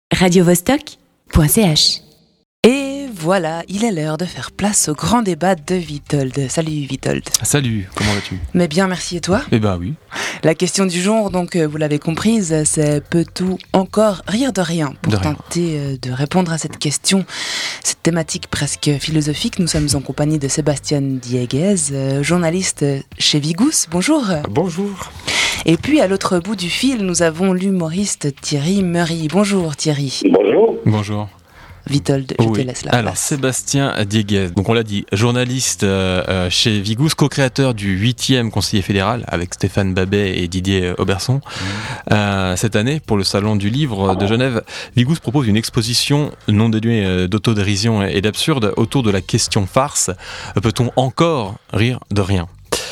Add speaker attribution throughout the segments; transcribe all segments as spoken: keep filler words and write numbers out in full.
Speaker 1: radio vostok point c h.
Speaker 2: Et voilà, il est l'heure de faire place au grand débat de Witold. Salut Witold.
Speaker 3: Salut, comment vas-tu ?
Speaker 2: Mais bien, merci, et toi ?
Speaker 3: Eh ben oui.
Speaker 2: La question du jour, donc vous l'avez comprise, c'est peut-on encore rire de rien ? Pour
Speaker 3: De rien.
Speaker 2: tenter de répondre à cette question, cette thématique presque philosophique, nous sommes en compagnie de Sébastien Dieguez, journaliste chez Vigous. Bonjour.
Speaker 4: Bonjour.
Speaker 2: Et puis à l'autre bout du fil, nous avons l'humoriste Thierry Meury. Bonjour Thierry.
Speaker 5: Bonjour.
Speaker 3: Bonjour.
Speaker 2: Witold, je
Speaker 3: Oui.
Speaker 2: te laisse la
Speaker 3: Alors,
Speaker 2: place.
Speaker 3: Sébastien Dieguez, donc on l'a dit, journaliste euh, euh, chez Vigous, co-créateur du huitième conseiller fédéral avec Stéphane Babet et Didier Auberson. Mmh. Euh, cette année, pour le Salon du Livre de Genève, Vigous propose une exposition non dénuée euh, d'autodérision et d'absurde autour de la question farce. Peut-on encore rire de rien ?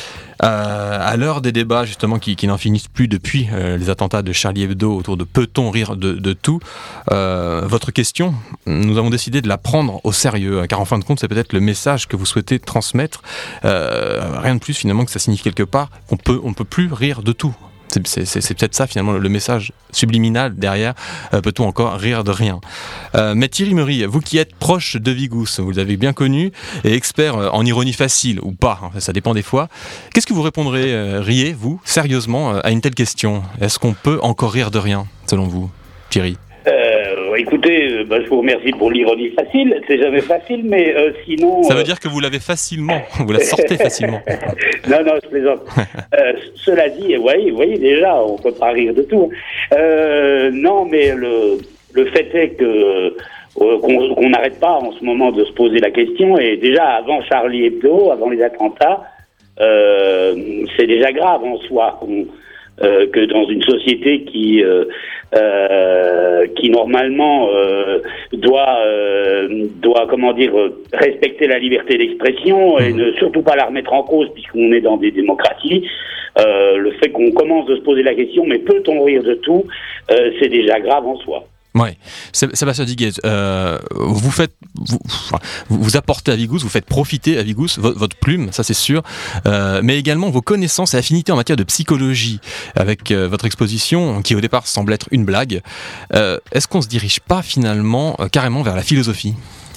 Speaker 3: Euh, à l'heure des débats justement qui, qui n'en finissent plus depuis euh, les attentats de Charlie Hebdo autour de peut-on rire de, de tout, euh, votre question, nous avons décidé de la prendre au sérieux, car en fin de compte c'est peut-être le message que vous souhaitez transmettre, euh, rien de plus finalement que ça signifie quelque part qu'on peut, on ne peut plus rire de tout. C'est, c'est, c'est, c'est peut-être ça finalement le message subliminal derrière, euh, peut-on encore rire de rien. euh, Mais Thierry Meury, vous qui êtes proche de Vigous, vous l'avez bien connu, et expert en ironie facile, ou pas, hein, ça dépend des fois, qu'est-ce que vous répondrez, euh, riez, vous, sérieusement, à une telle question ? Est-ce qu'on peut encore rire de rien, selon vous, Thierry ?
Speaker 5: Euh, écoutez, euh, bah, je vous remercie pour l'ironie facile. C'est jamais facile, mais euh, sinon...
Speaker 3: Ça veut
Speaker 5: euh...
Speaker 3: dire que vous l'avez facilement, vous la sortez facilement.
Speaker 5: non, non, je plaisante. euh, cela dit, vous voyez, vous voyez déjà, on peut pas rire de tout. Euh, non, mais le, le fait est que euh, qu'on, qu'on n'arrête pas en ce moment de se poser la question, et déjà avant Charlie Hebdo, avant les attentats, euh, c'est déjà grave en soi qu'on, euh, que dans une société qui... Euh, Euh, qui normalement euh, doit euh, doit comment dire respecter la liberté d'expression et ne surtout pas la remettre en cause puisqu'on est dans des démocraties. Euh, le fait qu'on commence de se poser la question, mais peut-on rire de tout, euh, c'est déjà grave en soi.
Speaker 3: Ouais, Sébastien Dieguez, euh, vous faites, vous, vous apportez à Vigous, vous faites profiter à Vigous votre, votre plume, ça c'est sûr, euh, mais également vos connaissances et affinités en matière de psychologie avec euh, votre exposition qui au départ semble être une blague. Euh, est-ce qu'on se dirige pas finalement euh, carrément vers la philosophie ?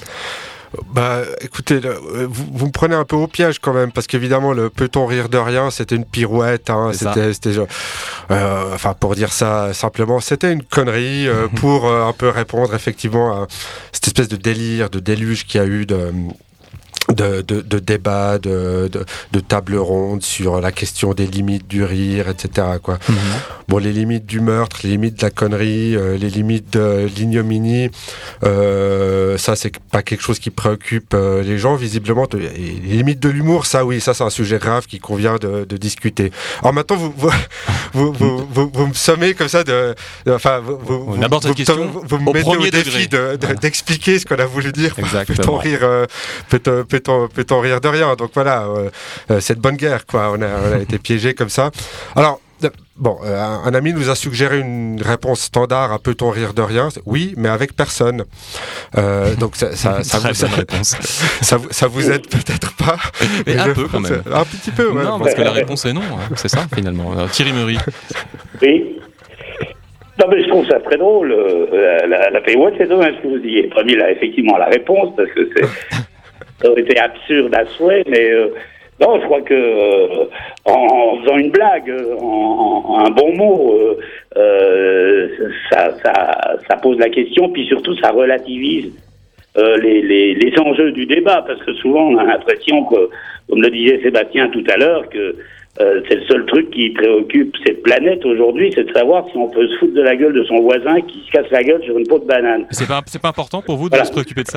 Speaker 4: Bah, écoutez, le, vous, vous me prenez un peu au piège quand même, parce qu'évidemment, le peut-on rire de rien, c'était une pirouette, hein, c'était, c'était, euh, enfin, pour dire ça simplement, c'était une connerie euh, pour euh, un peu répondre effectivement à cette espèce de délire, de déluge qu'il y a eu de. De, de, de débats, de, de, de tables rondes sur la question des limites du rire, et cetera, quoi. Mm-hmm. Bon, les limites du meurtre, les limites de la connerie, euh, les limites de l'ignominie, euh, ça, c'est pas quelque chose qui préoccupe euh, les gens, visiblement. Les limites de l'humour, ça, oui, ça, c'est un sujet grave qui convient de, de discuter. Alors maintenant, vous, vous, vous, vous, vous, vous me sommez comme ça de... Enfin, vous, vous,
Speaker 3: On aborde cette question
Speaker 4: vous, vous me mettez au défi de, de, voilà. d'expliquer ce qu'on a voulu dire.
Speaker 3: Exactement.
Speaker 4: Peut-on rire... Euh, peut-on, peut-on, peut-on rire de rien ? Donc voilà, euh, euh, c'est de bonne guerre, quoi. On a, on a été piégés comme ça. Alors, euh, bon, euh, un, un ami nous a suggéré une réponse standard à peut-on rire de rien ? Oui, mais avec personne. Euh, donc ça, ça, ça, vous, ça, ça, vous, ça vous aide peut-être pas.
Speaker 3: Mais, mais un
Speaker 4: je,
Speaker 3: peu quand même.
Speaker 4: Un petit peu, ouais.
Speaker 3: Non, parce que la réponse est non. Hein, c'est ça, finalement. Alors, Thierry Meury.
Speaker 5: Oui. Non, mais je trouve ça très drôle. Euh, la, la paywall, c'est dommage que vous ayez pas mis là, effectivement, la réponse, parce que c'est... ça aurait été absurde à souhait, mais euh, non, je crois que euh, en, en faisant une blague, en, en un bon mot, euh, euh, ça, ça, ça pose la question, puis surtout ça relativise euh, les, les, les enjeux du débat, parce que souvent on a l'impression que, comme le disait Sébastien tout à l'heure, que euh, c'est le seul truc qui préoccupe cette planète aujourd'hui, c'est de savoir si on peut se foutre de la gueule de son voisin qui se casse la gueule sur une peau de banane.
Speaker 3: C'est pas, c'est pas important pour vous de
Speaker 5: voilà.
Speaker 3: se préoccuper de ça ?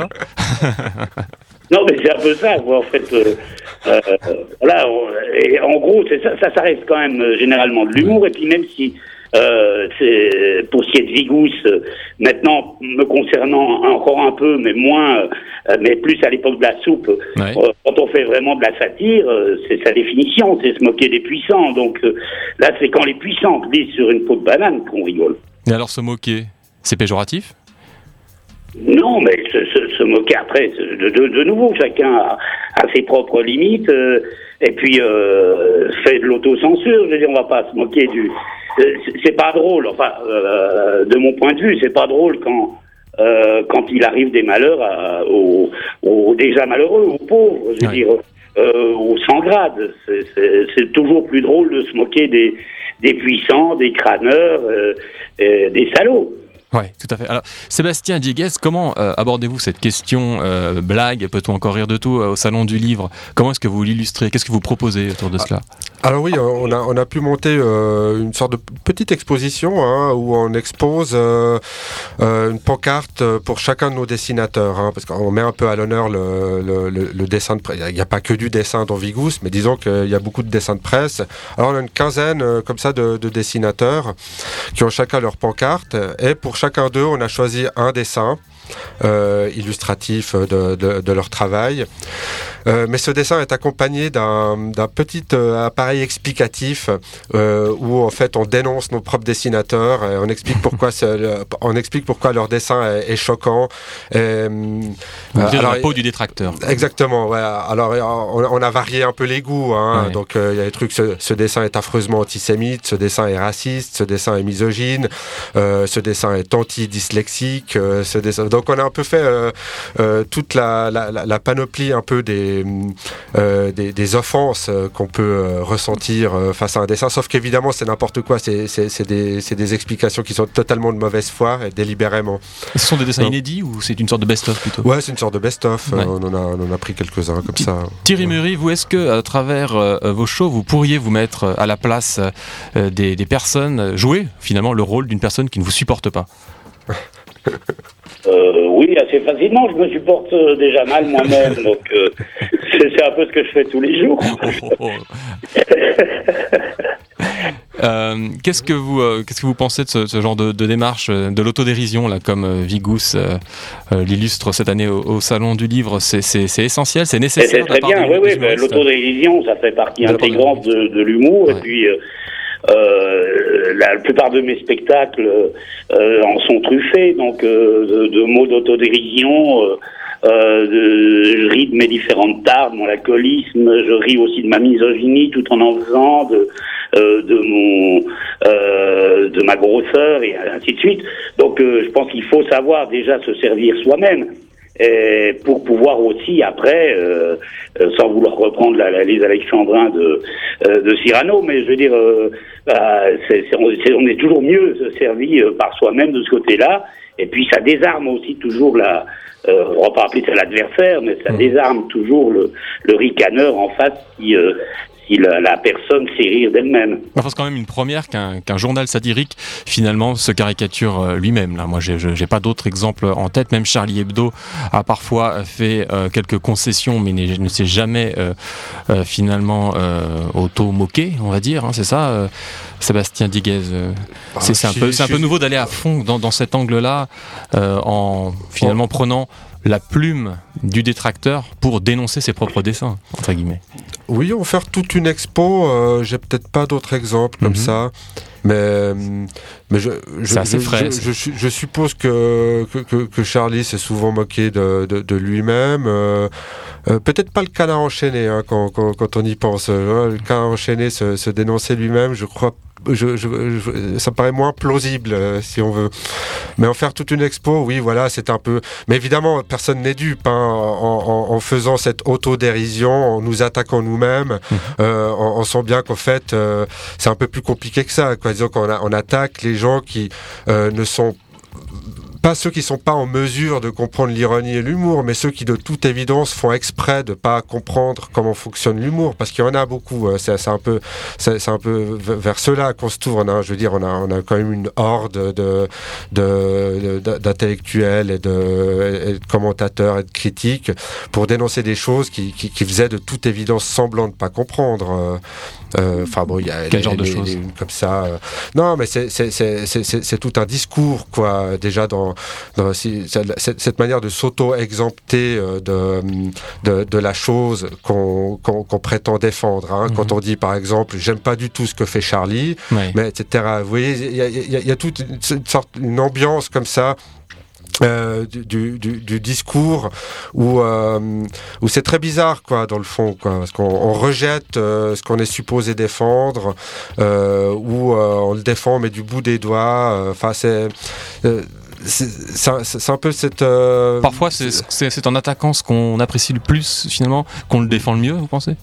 Speaker 5: Non, mais c'est un peu ça, quoi, en fait. Euh, euh, voilà, et en gros, c'est ça, ça, ça reste quand même euh, généralement de l'humour, et puis même si, euh, c'est, pour ce qui est de Vigous, euh, maintenant, me concernant encore un peu, mais moins, euh, mais plus à l'époque de la soupe, ouais. euh, quand on fait vraiment de la satire, euh, c'est sa définition, c'est se moquer des puissants. Donc euh, là, c'est quand les puissants glissent sur une peau de banane qu'on rigole.
Speaker 3: Et alors, se moquer, c'est péjoratif ?
Speaker 5: Non, mais se, se, se moquer après, de, de, de nouveau, chacun a, a ses propres limites, euh, et puis euh, fait de l'autocensure. Je veux dire, on va pas se moquer du, c'est, c'est pas drôle. Enfin, euh, de mon point de vue, c'est pas drôle quand euh, quand il arrive des malheurs à, aux, aux déjà malheureux, aux pauvres. Je veux ouais. dire, euh, aux sans grade. C'est, c'est, c'est toujours plus drôle de se moquer des des puissants, des crâneurs, euh, euh, des salauds.
Speaker 3: Oui, tout à fait. Alors, Sébastien Dieguez, comment euh, abordez-vous cette question euh, blague, peut-on encore rire de tout, euh, au Salon du Livre? Comment est-ce que vous l'illustrez? Qu'est-ce que vous proposez autour de cela?
Speaker 4: Alors oui, on a, on a pu monter euh, une sorte de petite exposition hein, où on expose euh, euh, une pancarte pour chacun de nos dessinateurs, hein, parce qu'on met un peu à l'honneur le, le, le, le dessin de presse. Il n'y a pas que du dessin dans Vigous, mais disons qu'il y a beaucoup de dessins de presse. Alors on a une quinzaine euh, comme ça de, de dessinateurs qui ont chacun leur pancarte, et pour chacun d'eux, on a choisi un dessin euh, illustratif de, de, de leur travail. Euh, mais ce dessin est accompagné d'un, d'un petit euh, appareil explicatif euh, où en fait on dénonce nos propres dessinateurs et on explique pourquoi, c'est, on explique pourquoi leur dessin est, est choquant. Et, euh,
Speaker 3: Vous êtes dans la peau du détracteur.
Speaker 4: Exactement. Ouais. Alors on, on a varié un peu les goûts. Hein. Ouais. Donc il euh, y a des trucs. Ce, ce dessin est affreusement antisémite. Ce dessin est raciste. Ce dessin est misogyne. Euh, ce dessin est anti-dyslexique. Euh, ce dessin... Donc on a un peu fait euh, euh, toute la, la, la, la panoplie un peu des Euh, des, des offenses euh, qu'on peut euh, ressentir euh, face à un dessin, sauf qu'évidemment c'est n'importe quoi, c'est, c'est, c'est, des, c'est des explications qui sont totalement de mauvaise foi et délibérément.
Speaker 3: Et ce sont des dessins Donc, inédits ou c'est une sorte de best-of plutôt?
Speaker 4: Ouais, c'est une sorte de best-of, ouais. euh, on, en a, on en a pris quelques-uns comme T- ça.
Speaker 3: Thierry ouais. Murry, vous, est-ce que à travers euh, vos shows, vous pourriez vous mettre à la place euh, des, des personnes, jouer finalement le rôle d'une personne qui ne vous supporte pas?
Speaker 5: Euh, oui, assez facilement. Je me supporte euh, déjà mal moi-même, donc euh, c'est, c'est un peu ce que je fais tous les jours. Oh, oh, oh.
Speaker 3: euh, qu'est-ce que vous, euh, qu'est-ce que vous pensez de ce, ce genre de, de démarche, de l'autodérision là, comme euh, Vigous euh, euh, l'illustre cette année au, au Salon du Livre? C'est, c'est, c'est essentiel, c'est nécessaire.
Speaker 5: C'est très bien. Oui, oui. Mais l'autodérision, ça fait partie intégrante de, de l'humour, ouais. Et puis. Euh, Euh, la, la plupart de mes spectacles euh, en sont truffés, donc euh, de, de mots d'autodérision, euh, euh, de, je ris de mes différentes tares, de mon alcoolisme, je ris aussi de ma misogynie tout en en faisant, de, euh, de mon, euh, de ma grosseur et ainsi de suite. Donc euh, je pense qu'il faut savoir déjà se servir soi-même. Et pour pouvoir aussi après, euh, euh, sans vouloir reprendre la, la, les alexandrins de, euh, de Cyrano, mais je veux dire, euh, bah, c'est, c'est, on, c'est, on est toujours mieux servi euh, par soi-même de ce côté-là, et puis ça désarme aussi toujours la, euh, on va pas appeler ça l'adversaire, mais ça mmh. désarme toujours le, le ricaneur en face qui, euh, si la, la personne sait rire d'elle-même.
Speaker 3: Enfin, c'est quand même une première qu'un, qu'un journal satirique finalement se caricature lui-même. Là, moi, j'ai, j'ai pas d'autres exemples en tête. Même Charlie Hebdo a parfois fait euh, quelques concessions, mais ne, ne s'est jamais euh, euh, finalement euh, auto-moqué, on va dire. Hein, c'est ça, euh, Sébastien Dieguez. Euh, ah, c'est, c'est, un peu, c'est un peu nouveau d'aller à fond dans, dans cet angle-là, euh, en finalement oh. prenant la plume du détracteur pour dénoncer ses propres dessins, entre guillemets.
Speaker 4: Oui, on va faire toute une expo, euh, j'ai peut-être pas d'autres exemples comme mm-hmm. ça, mais, mais je, je,
Speaker 3: c'est assez
Speaker 4: je,
Speaker 3: frais,
Speaker 4: je, je, je suppose que, que, que Charlie s'est souvent moqué de, de, de lui-même. Euh, euh, peut-être pas le Canard enchaîné, hein, quand, quand, quand on y pense. Euh, le Canard enchaîné se, se dénoncer lui-même, je crois Je, je, je, ça paraît moins plausible euh, si on veut, mais en faire toute une expo, oui, voilà, c'est un peu. Mais évidemment, personne n'est dupe hein, en, en, en faisant cette autodérision, en nous attaquant nous-mêmes. Mmh. Euh, on, on sent bien qu'en fait, euh, c'est un peu plus compliqué que ça. Quoi. Disons qu'on a, on attaque les gens qui euh, ne sont pas ceux qui sont pas en mesure de comprendre l'ironie et l'humour, mais ceux qui de toute évidence font exprès de pas comprendre comment fonctionne l'humour, parce qu'il y en a beaucoup. C'est, c'est un peu, c'est, c'est un peu vers ceux-là qu'on se tourne. Hein. Je veux dire, on a, on a quand même une horde de, de, de d'intellectuels et de, et de commentateurs et de critiques pour dénoncer des choses qui, qui, qui faisaient de toute évidence semblant de pas comprendre. Enfin euh, bon, il y a
Speaker 3: quel
Speaker 4: les,
Speaker 3: genre de
Speaker 4: les,
Speaker 3: choses
Speaker 4: les, comme ça. Euh. Non, mais c'est, c'est, c'est, c'est, c'est, c'est tout un discours, quoi. Déjà dans Dans, si, cette, cette manière de s'auto-exempter euh, de, de, de la chose qu'on, qu'on, qu'on prétend défendre. Hein. Mm-hmm. Quand on dit, par exemple, j'aime pas du tout ce que fait Charlie, oui. mais et cetera. Vous voyez, il y a, y, a, y a toute une, une sorte, une ambiance comme ça Euh, du, du, du discours où, euh, où c'est très bizarre quoi dans le fond quoi, parce qu'on on rejette euh, ce qu'on est supposé défendre euh, ou euh, on le défend mais du bout des doigts. Enfin euh, c'est, euh, c'est, c'est, c'est un peu cette. Euh...
Speaker 3: Parfois c'est, c'est, c'est en attaquant ce qu'on apprécie le plus finalement qu'on le défend le mieux, vous pensez?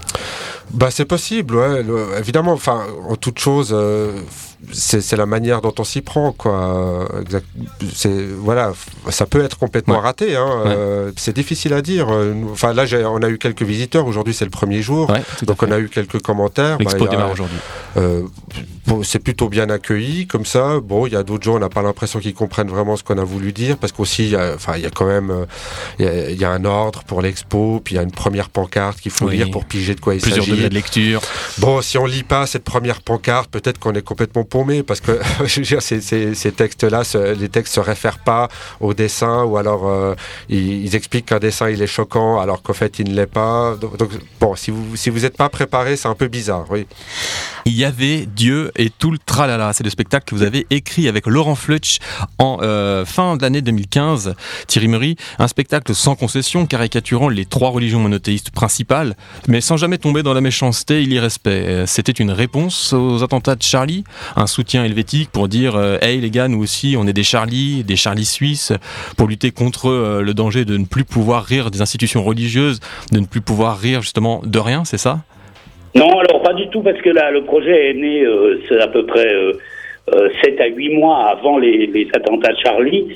Speaker 4: Bah c'est possible, ouais. Le, évidemment, enfin en toute chose. Euh, C'est, c'est la manière dont on s'y prend, quoi. Exact. C'est, voilà, ça peut être complètement ouais. raté. Hein. Ouais. Euh, c'est difficile à dire. Enfin, là, j'ai, on a eu quelques visiteurs. Aujourd'hui, c'est le premier jour. Ouais, donc, on a eu quelques commentaires.
Speaker 3: L'expo
Speaker 4: bah,
Speaker 3: démarre a, aujourd'hui.
Speaker 4: Euh, bon, c'est plutôt bien accueilli, comme ça. Bon, il y a d'autres gens, on n'a pas l'impression qu'ils comprennent vraiment ce qu'on a voulu dire, parce qu'aussi, il y a, enfin, il y a quand même, il y a, il y a un ordre pour l'expo, puis il y a une première pancarte qu'il faut oui. lire pour piger de quoi il
Speaker 3: Plusieurs
Speaker 4: s'agit.
Speaker 3: Plusieurs degrés de lecture.
Speaker 4: Bon, si on lit pas cette première pancarte, peut-être qu'on est complètement paumé, parce que je veux dire, ces, ces, ces textes-là, ce, les textes se réfèrent pas au dessin, ou alors euh, ils, ils expliquent qu'un dessin il est choquant, alors qu'en fait il ne l'est pas. Donc, donc bon, si vous si vous êtes pas préparé, c'est un peu bizarre, oui.
Speaker 3: Il y avait Dieu et tout le tralala. C'est le spectacle que vous avez écrit avec Laurent Flutsch en euh, fin de l'année deux mille quinze. Thierry Meury, un spectacle sans concession, caricaturant les trois religions monothéistes principales, mais sans jamais tomber dans la méchanceté et l'irrespect. C'était une réponse aux attentats de Charlie, un soutien helvétique pour dire euh, hey les gars, nous aussi on est des Charlie, des Charlie suisses, pour lutter contre euh, le danger de ne plus pouvoir rire des institutions religieuses, de ne plus pouvoir rire justement de rien, c'est ça?
Speaker 5: Non, alors pas du tout, parce que là, le projet est né, euh, c'est à peu près euh, euh, sept à huit mois avant les, les attentats de Charlie.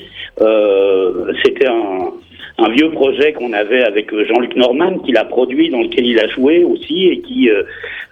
Speaker 5: Euh, c'était un, un vieux projet qu'on avait avec Jean-Luc Norman, qui l'a produit, dans lequel il a joué aussi, et qui, euh,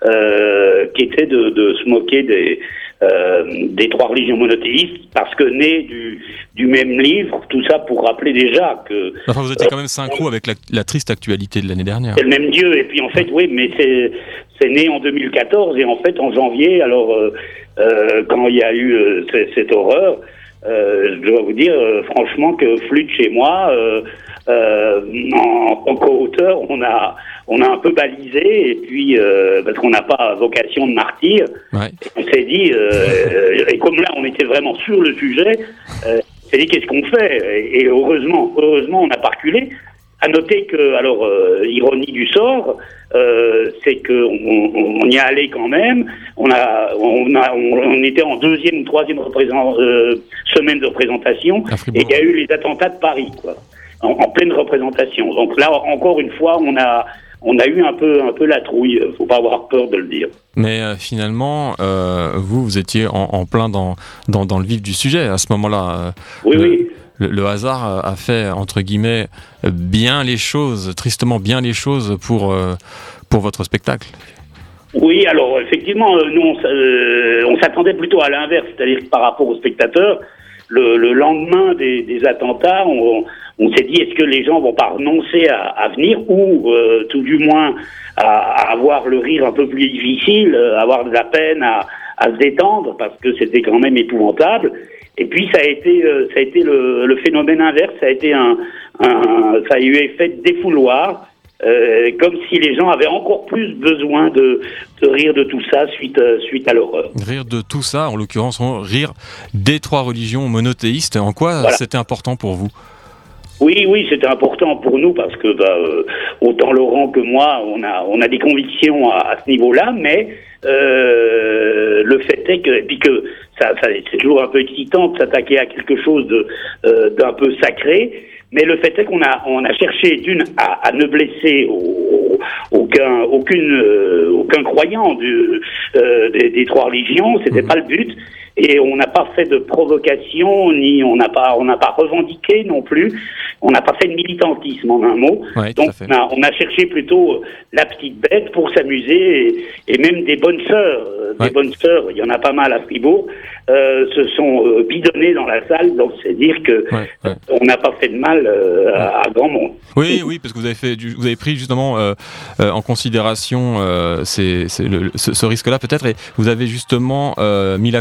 Speaker 5: euh, qui était de, de se moquer des, euh, des trois religions monothéistes, parce que né du, du même livre, tout ça pour rappeler déjà que...
Speaker 3: Enfin, vous étiez quand même synchro avec la, la triste actualité de l'année dernière.
Speaker 5: C'est le même Dieu, et puis en fait, oui, mais c'est... C'est né en deux mille quatorze, et en fait, en janvier, alors, euh, euh, quand il y a eu euh, c- cette horreur, euh, je dois vous dire, euh, franchement, que Flutsch et moi, euh, euh, en, en co-auteur, on a, on a un peu balisé, et puis, euh, parce qu'on n'a pas vocation de martyr, ouais. On s'est dit, euh, et comme là, on était vraiment sur le sujet, euh, on s'est dit, qu'est-ce qu'on fait? Et, et heureusement, heureusement, on n'a pas reculé. À noter que, alors, euh, ironie du sort, euh, c'est que on, on y est allé quand même. On a, on a, on, on était en deuxième ou troisième représent, euh, semaine de représentation, et il y a eu les attentats de Paris, quoi, en, en pleine représentation. Donc là, encore une fois, on a, on a eu un peu, un peu la trouille. Faut pas avoir peur de le dire.
Speaker 3: Mais euh, finalement, euh, vous, vous étiez en, en plein dans, dans, dans le vif du sujet à ce moment-là. Euh,
Speaker 5: oui,
Speaker 3: le...
Speaker 5: oui.
Speaker 3: Le, le hasard a fait, entre guillemets, bien les choses, tristement bien les choses pour, euh, pour votre spectacle.
Speaker 5: Oui, alors effectivement, nous, on, euh, on s'attendait plutôt à l'inverse, c'est-à-dire que par rapport aux spectateurs, le, le lendemain des, des attentats, on, on s'est dit, est-ce que les gens vont pas renoncer à, à venir, ou euh, tout du moins à, à avoir le rire un peu plus difficile, à avoir de la peine à, à se détendre, parce que c'était quand même épouvantable. Et puis ça a été, euh, ça a été le, le phénomène inverse, ça a été un, un ça a eu effet de défouloir, euh, comme si les gens avaient encore plus besoin de, de rire de tout ça suite, euh, suite à l'horreur.
Speaker 3: Rire de tout ça, en l'occurrence, rire des trois religions monothéistes. En quoi voilà. C'était important pour vous?
Speaker 5: Oui, oui, c'était important pour nous parce que bah, euh, autant Laurent que moi, on a, on a des convictions à, à ce niveau-là, mais euh, le fait est que, et puis que ça, ça, c'est toujours un peu excitant de s'attaquer à quelque chose de, euh, d'un peu sacré, mais le fait est qu'on a, on a cherché d'une à, à ne blesser au, aucun, aucune, euh, aucun croyant du, euh, des, des trois religions, c'était mmh. pas le but. Et on n'a pas fait de provocation, ni on n'a pas, on n'a pas revendiqué non plus. On n'a pas fait de militantisme en un mot.
Speaker 3: Ouais,
Speaker 5: donc on a, on a cherché plutôt la petite bête pour s'amuser, et, et même des bonnes sœurs, ouais. des bonnes sœurs, il y en a pas mal à Fribourg, euh, se sont euh, bidonnées dans la salle. Donc c'est dire que ouais, ouais. on n'a pas fait de mal euh, à, à grand monde.
Speaker 3: Oui, oui, parce que vous avez fait, du, vous avez pris justement euh, euh, en considération euh, ces, ces, le, ce, ce risque-là peut-être, et vous avez justement euh, mis l'accent sur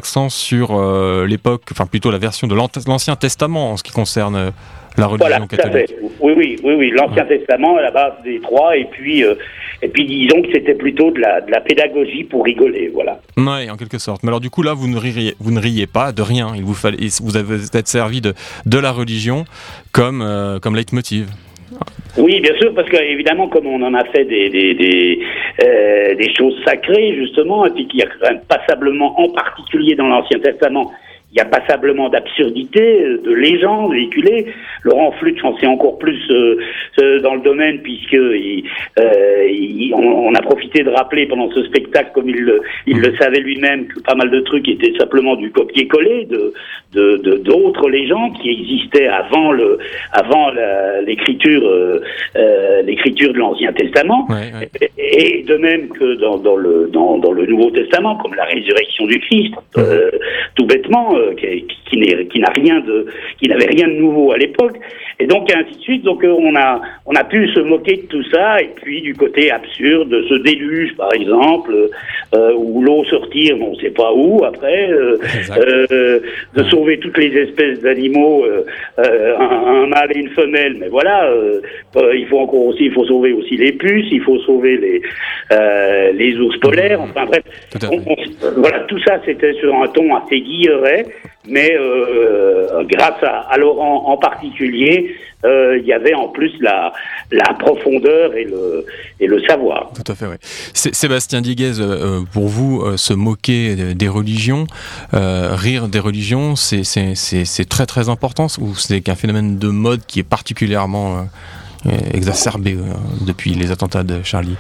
Speaker 3: sur euh, l'époque, enfin plutôt la version de l'Ancien Testament en ce qui concerne euh, la religion
Speaker 5: voilà,
Speaker 3: catholique.
Speaker 5: Tout à fait. Oui, oui, oui, oui. L'Ancien ouais. Testament à la base des trois, et puis, euh, et puis disons que c'était plutôt de la, de la pédagogie pour rigoler, voilà.
Speaker 3: Oui, en quelque sorte. Mais alors du coup là, vous ne riez, vous ne riez pas de rien. Il vous fallait, vous avez peut-être servi de de la religion comme euh, comme leitmotiv.
Speaker 5: Oui, bien sûr, parce qu'évidemment, comme on en a fait des des des, euh, des choses sacrées justement, et puis qu'il y a quand même passablement, en particulier dans l'Ancien Testament, il y a passablement d'absurdités, de légendes véhiculées. Laurent Flutsch en sait encore plus euh, euh, dans le domaine, puisque il, euh, il, on, on a profité de rappeler pendant ce spectacle, comme il le, il le savait lui-même, que pas mal de trucs étaient simplement du copier-coller de, de, de d'autres légendes qui existaient avant le, avant la, l'écriture, euh, euh, l'écriture de l'Ancien Testament.
Speaker 3: Ouais, ouais.
Speaker 5: Et, et de même que dans, dans le, dans, dans le Nouveau Testament, comme la résurrection du Christ, euh, tout bêtement. Euh, Qui, qui, n'est, qui n'a rien de, qui n'avait rien de nouveau à l'époque, et donc ainsi de suite. Donc euh, on a, on a pu se moquer de tout ça, et puis du côté absurde, ce déluge par exemple, euh, où l'eau sortir, on ne sait pas où après, euh, euh, de sauver toutes les espèces d'animaux, euh, euh, un, un mâle et une femelle, mais voilà, euh, euh, il faut encore aussi, il faut sauver aussi les puces, il faut sauver les, euh, les ours polaires, enfin bref, on, on, voilà, tout ça c'était sur un ton assez guilleret. Mais euh, grâce à, à Laurent en particulier, euh, il y avait en plus la, la profondeur et le, et le savoir.
Speaker 3: Tout à fait, oui. C'est, Sébastien Dieguez, euh, pour vous, euh, se moquer des religions, euh, rire des religions, c'est, c'est, c'est, c'est très très important, ou c'est qu'un phénomène de mode qui est particulièrement euh, exacerbé euh, depuis les attentats de Charlie?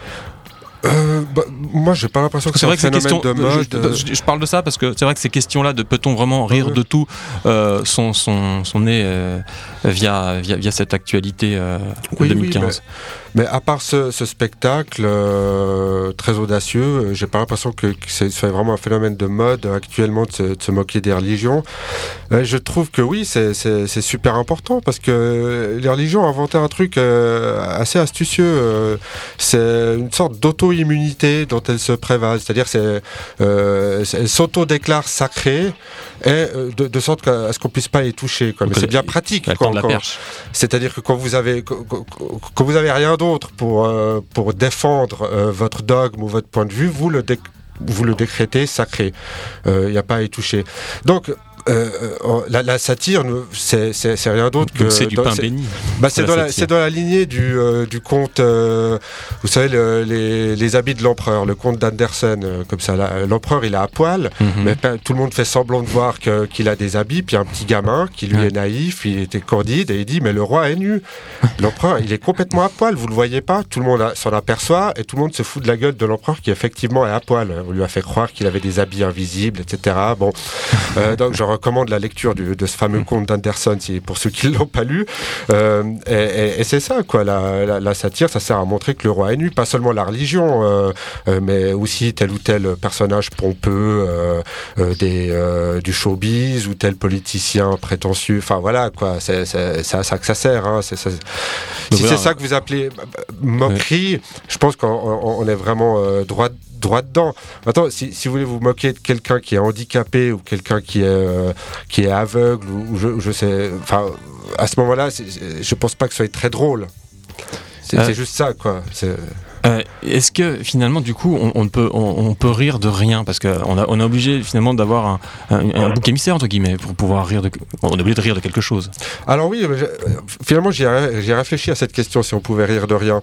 Speaker 4: Euh, bah, moi, j'ai pas l'impression que c'est, c'est un phénomène de mode.
Speaker 3: Je, je, je parle de ça parce que c'est vrai que ces questions-là de peut-on vraiment rire de tout euh, sont, sont, sont nées euh, via, via, via cette actualité euh,
Speaker 4: oui,
Speaker 3: deux mille quinze.
Speaker 4: Oui, mais, mais à part ce, ce spectacle euh, très audacieux, j'ai pas l'impression que, que c'est, c'est vraiment un phénomène de mode actuellement de se, de se moquer des religions. Euh, je trouve que oui, c'est, c'est, c'est super important parce que les religions ont inventé un truc euh, assez astucieux. Euh, c'est une sorte d'auto immunité dont elle se prévale, c'est-à-dire c'est, euh, elle s'auto-déclare sacrée et euh, de, de sorte à ce qu'on puisse pas les toucher, quoi. Mais c'est bien pratique,
Speaker 3: quand,
Speaker 4: quand, quand, c'est-à-dire que quand vous avez quand, quand vous avez rien d'autre pour euh, pour défendre euh, votre dogme ou votre point de vue, vous le dé, vous le décrétez sacré. Il euh, n'y a pas à y toucher. Donc Euh, euh, la, la satire, c'est, c'est, c'est rien d'autre que...
Speaker 3: Donc c'est du pain
Speaker 4: c'est,
Speaker 3: béni.
Speaker 4: Bah c'est, dans la, c'est dans la lignée du, euh, du conte, euh, vous savez, le, les, les habits de l'empereur, le conte d'Andersen, euh, comme ça. Là, l'empereur, il est à poil, mm-hmm. mais tout le monde fait semblant de voir que, qu'il a des habits, puis un petit gamin qui, lui, ouais. est naïf, il était candide, et il dit, mais le roi est nu. L'empereur, il est complètement à poil, vous le voyez pas, tout le monde a, s'en aperçoit, et tout le monde se fout de la gueule de l'empereur qui, effectivement, est à poil. On lui a fait croire qu'il avait des habits invisibles, et cetera. Bon, euh, donc, genre, recommande la lecture du, de ce fameux conte d'Andersen si, pour ceux qui ne l'ont pas lu. Euh, et, et, et c'est ça, quoi. La, la, la satire, ça sert à montrer que le roi est nu. Pas seulement la religion, euh, euh, mais aussi tel ou tel personnage pompeux euh, euh, des, euh, du showbiz ou tel politicien prétentieux. Enfin, voilà, quoi. C'est, c'est, c'est à ça que ça sert. Hein. C'est, c'est... Si voilà. C'est ça que vous appelez moquerie, ouais. Je pense qu'on on, on est vraiment euh, droit droit dedans. Maintenant, si, si vous voulez vous moquer de quelqu'un qui est handicapé ou quelqu'un qui est euh, qui est aveugle ou, ou je, je sais, enfin, à ce moment-là, c'est, c'est, je pense pas que ce soit très drôle. C'est, euh, c'est juste ça, quoi. C'est...
Speaker 3: Euh, est-ce que finalement, du coup, on, on peut on, on peut rire de rien parce qu'on a on est obligé finalement d'avoir un, un, un bouc émissaire entre guillemets pour pouvoir rire de on est obligé de rire de quelque chose.
Speaker 4: Alors oui, mais finalement, j'ai j'ai réfléchi à cette question si on pouvait rire de rien.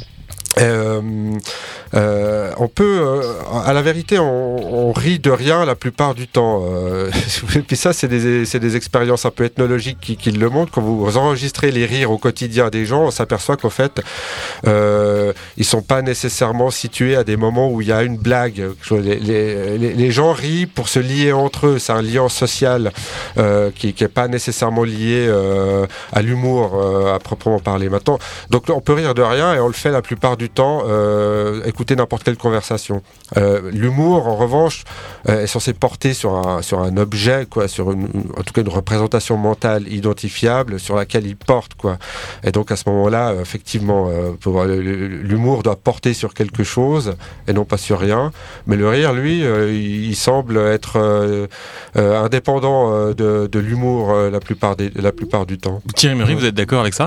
Speaker 4: Euh, euh, on peut, euh, à la vérité, on, on rit de rien la plupart du temps. Euh, puis ça, c'est des, c'est des expériences un peu ethnologiques qui, qui le montrent. Quand vous enregistrez les rires au quotidien des gens, on s'aperçoit qu'en fait, euh, ils sont pas nécessairement situés à des moments où il y a une blague. Les, les, les gens rient pour se lier entre eux. C'est un lien social euh, qui, qui est pas nécessairement lié euh, à l'humour euh, à proprement parler. Maintenant, donc on peut rire de rien et on le fait la plupart du du temps euh, écouter n'importe quelle conversation. Euh, l'humour, en revanche, euh, est censé porter sur un, sur un objet, quoi, sur une, en tout cas une représentation mentale identifiable sur laquelle il porte, quoi. Et donc à ce moment-là, effectivement, euh, pour, l'humour doit porter sur quelque chose et non pas sur rien. Mais le rire, lui, euh, il semble être euh, euh, indépendant euh, de, de l'humour euh, la plupart des, la plupart du temps.
Speaker 3: Thierry Meury, vous êtes d'accord avec ça ?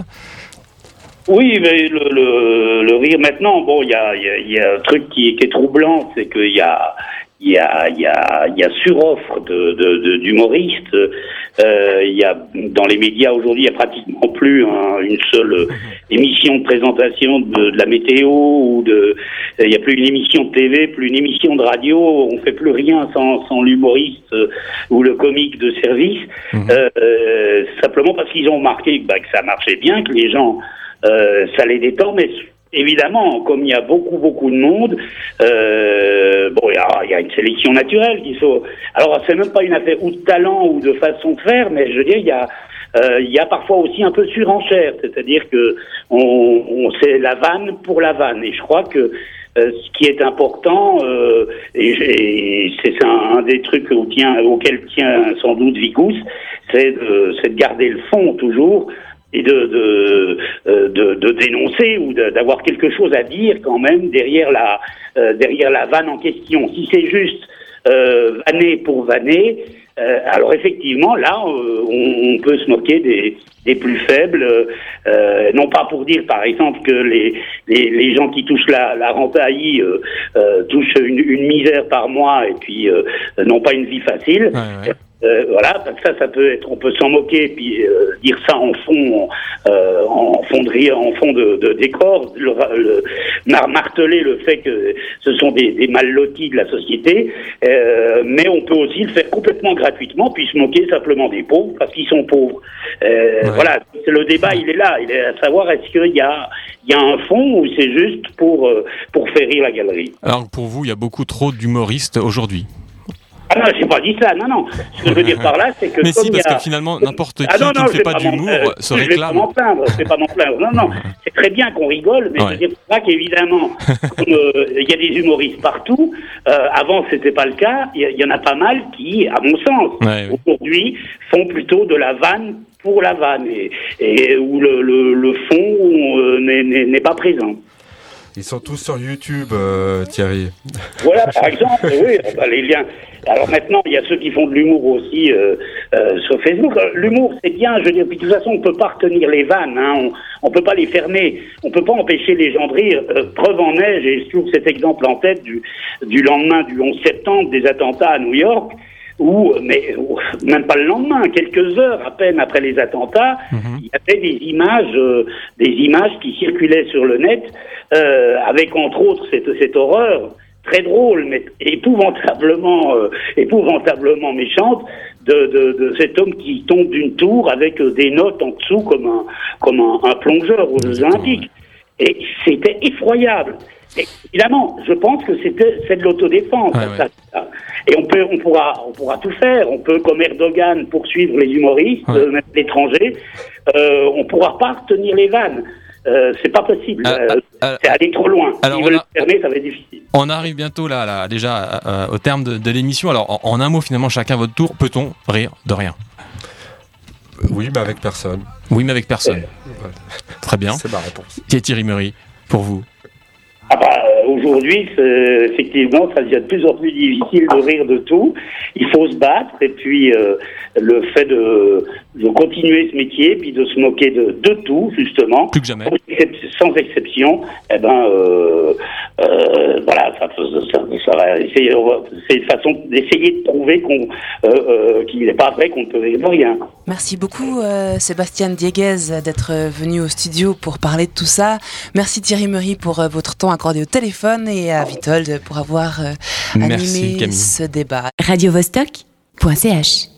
Speaker 5: Oui, mais le, le, le rire maintenant, bon, il y a, y, a, y a un truc qui, qui est troublant, c'est qu'il y a, y a, y a, y a suroffre de, de, de, d'humoristes. Euh, y a, dans les médias aujourd'hui, il n'y a pratiquement plus hein, une seule émission de présentation de, de la météo, ou de, il n'y a plus une émission de T V, plus une émission de radio, on ne fait plus rien sans, sans l'humoriste euh, ou le comique de service, mmh. euh, euh, simplement parce qu'ils ont remarqué bah, que ça marchait bien, que les gens... Euh, ça les détend, mais évidemment, comme il y a beaucoup, beaucoup de monde, euh, bon, il y a, y a une sélection naturelle qu'il faut... Alors, c'est même pas une affaire ou de talent ou de façon de faire, mais je veux dire, il y a... Euh, il y a parfois aussi un peu surenchère, c'est-à-dire que on, on, c'est la vanne pour la vanne, et je crois que euh, ce qui est important, euh, et, et c'est un, un des trucs au tient, auquel tient sans doute Vigous, c'est de, c'est de garder le fond toujours, et de, de, de, de dénoncer ou de, d'avoir quelque chose à dire quand même derrière la, euh, derrière la vanne en question. Si c'est juste euh, vanner pour vanner, euh, alors effectivement, là, euh, on, on peut se moquer des, des plus faibles, euh, non pas pour dire, par exemple, que les, les, les gens qui touchent la, la rente A I euh, euh, touchent une, une misère par mois et puis euh, n'ont pas une vie facile. Ouais, ouais. Euh, voilà, ça, ça peut être, on peut s'en moquer, puis euh, dire ça en fond, euh, en fond de rire, en fond de, de décor, le, le, marteler le fait que ce sont des, des mal lotis de la société, euh, mais on peut aussi le faire complètement gratuitement, puis se moquer simplement des pauvres parce qu'ils sont pauvres. Euh, ouais. Voilà, le débat il est là, il est à savoir est-ce qu'il y a, il y a un fond ou c'est juste pour euh, pour faire rire la galerie.
Speaker 3: Alors pour vous, il y a beaucoup trop d'humoristes aujourd'hui.
Speaker 5: Ah non, j'ai pas dit ça, non, non. Ce que je veux dire par là, c'est que...
Speaker 3: Mais si, parce
Speaker 5: a...
Speaker 3: que finalement, n'importe qui
Speaker 5: ah non, non,
Speaker 3: qui ne fait pas d'humour euh, se réclame.
Speaker 5: Je vais pas m'en plaindre, je vais pas m'en plaindre. Non, non, c'est très bien qu'on rigole, mais ouais. je veux dire par là qu'évidemment, il euh, y a des humoristes partout. Euh, avant, c'était pas le cas. Il y, y en a pas mal qui, à mon sens, ouais, ouais. aujourd'hui, font plutôt de la vanne pour la vanne, et, et où le, le, le fond euh, n'est, n'est, n'est pas présent.
Speaker 4: Ils sont tous sur YouTube, euh, Thierry.
Speaker 5: Voilà, par exemple, oui, bah, les liens. Alors maintenant, il y a ceux qui font de l'humour aussi euh, euh, sur Facebook. L'humour, c'est bien, je veux dire, puis de toute façon, on ne peut pas retenir les vannes, hein, on ne peut pas les fermer, on ne peut pas empêcher les gens de rire. Euh, preuve en est, j'ai toujours cet exemple en tête du, du lendemain du onze septembre, des attentats à New York, où, mais où, même pas le lendemain, quelques heures à peine après les attentats, mmh. il y avait des images, euh, des images qui circulaient sur le net, euh, avec entre autres cette, cette horreur très drôle, mais épouvantablement, euh, épouvantablement méchante, de, de, de cet homme qui tombe d'une tour avec euh, des notes en dessous comme un, comme un, un plongeur aux Jeux Olympiques. Et c'était effroyable. Et évidemment, je pense que c'était, c'est de l'autodéfense. Ouais, ça, ouais. Ça. Et on peut, on pourra, on pourra tout faire. On peut, comme Erdogan, poursuivre les humoristes, ouais. euh, même l'étranger. Euh, on pourra pas retenir les vannes. Euh, c'est pas possible. Ah, euh, ah, c'est aller trop loin.
Speaker 3: Alors,
Speaker 5: si veulent
Speaker 3: a,
Speaker 5: le fermer, ça va être difficile.
Speaker 3: On arrive bientôt là, là déjà euh, au terme de, de l'émission. Alors, en, en un mot, finalement, chacun votre tour. Peut-on rire de rien ?
Speaker 4: Oui, mais avec personne.
Speaker 3: Oui, mais avec personne.
Speaker 4: Ouais.
Speaker 3: Très bien.
Speaker 4: C'est ma réponse.
Speaker 3: Thierry Meury, pour vous ?
Speaker 5: Ah bah, aujourd'hui, c'est, effectivement, ça devient de plus en plus difficile de rire de tout. Il faut se battre, et puis euh, le fait de, de continuer ce métier, puis de se moquer de, de tout, justement,
Speaker 3: plus que jamais,
Speaker 5: sans exception, eh ben, euh, euh, voilà, ça, ça, ça va essayer, c'est une façon d'essayer de prouver qu'on, euh, euh, qu'il n'est pas vrai qu'on ne peut rire de rien.
Speaker 2: Merci beaucoup, euh, Sébastien Dieguez, d'être venu au studio pour parler de tout ça. Merci Thierry Meury pour euh, votre temps accordé au téléphone, et à Witold pour avoir euh, animé ce débat.
Speaker 1: radio vostok point c h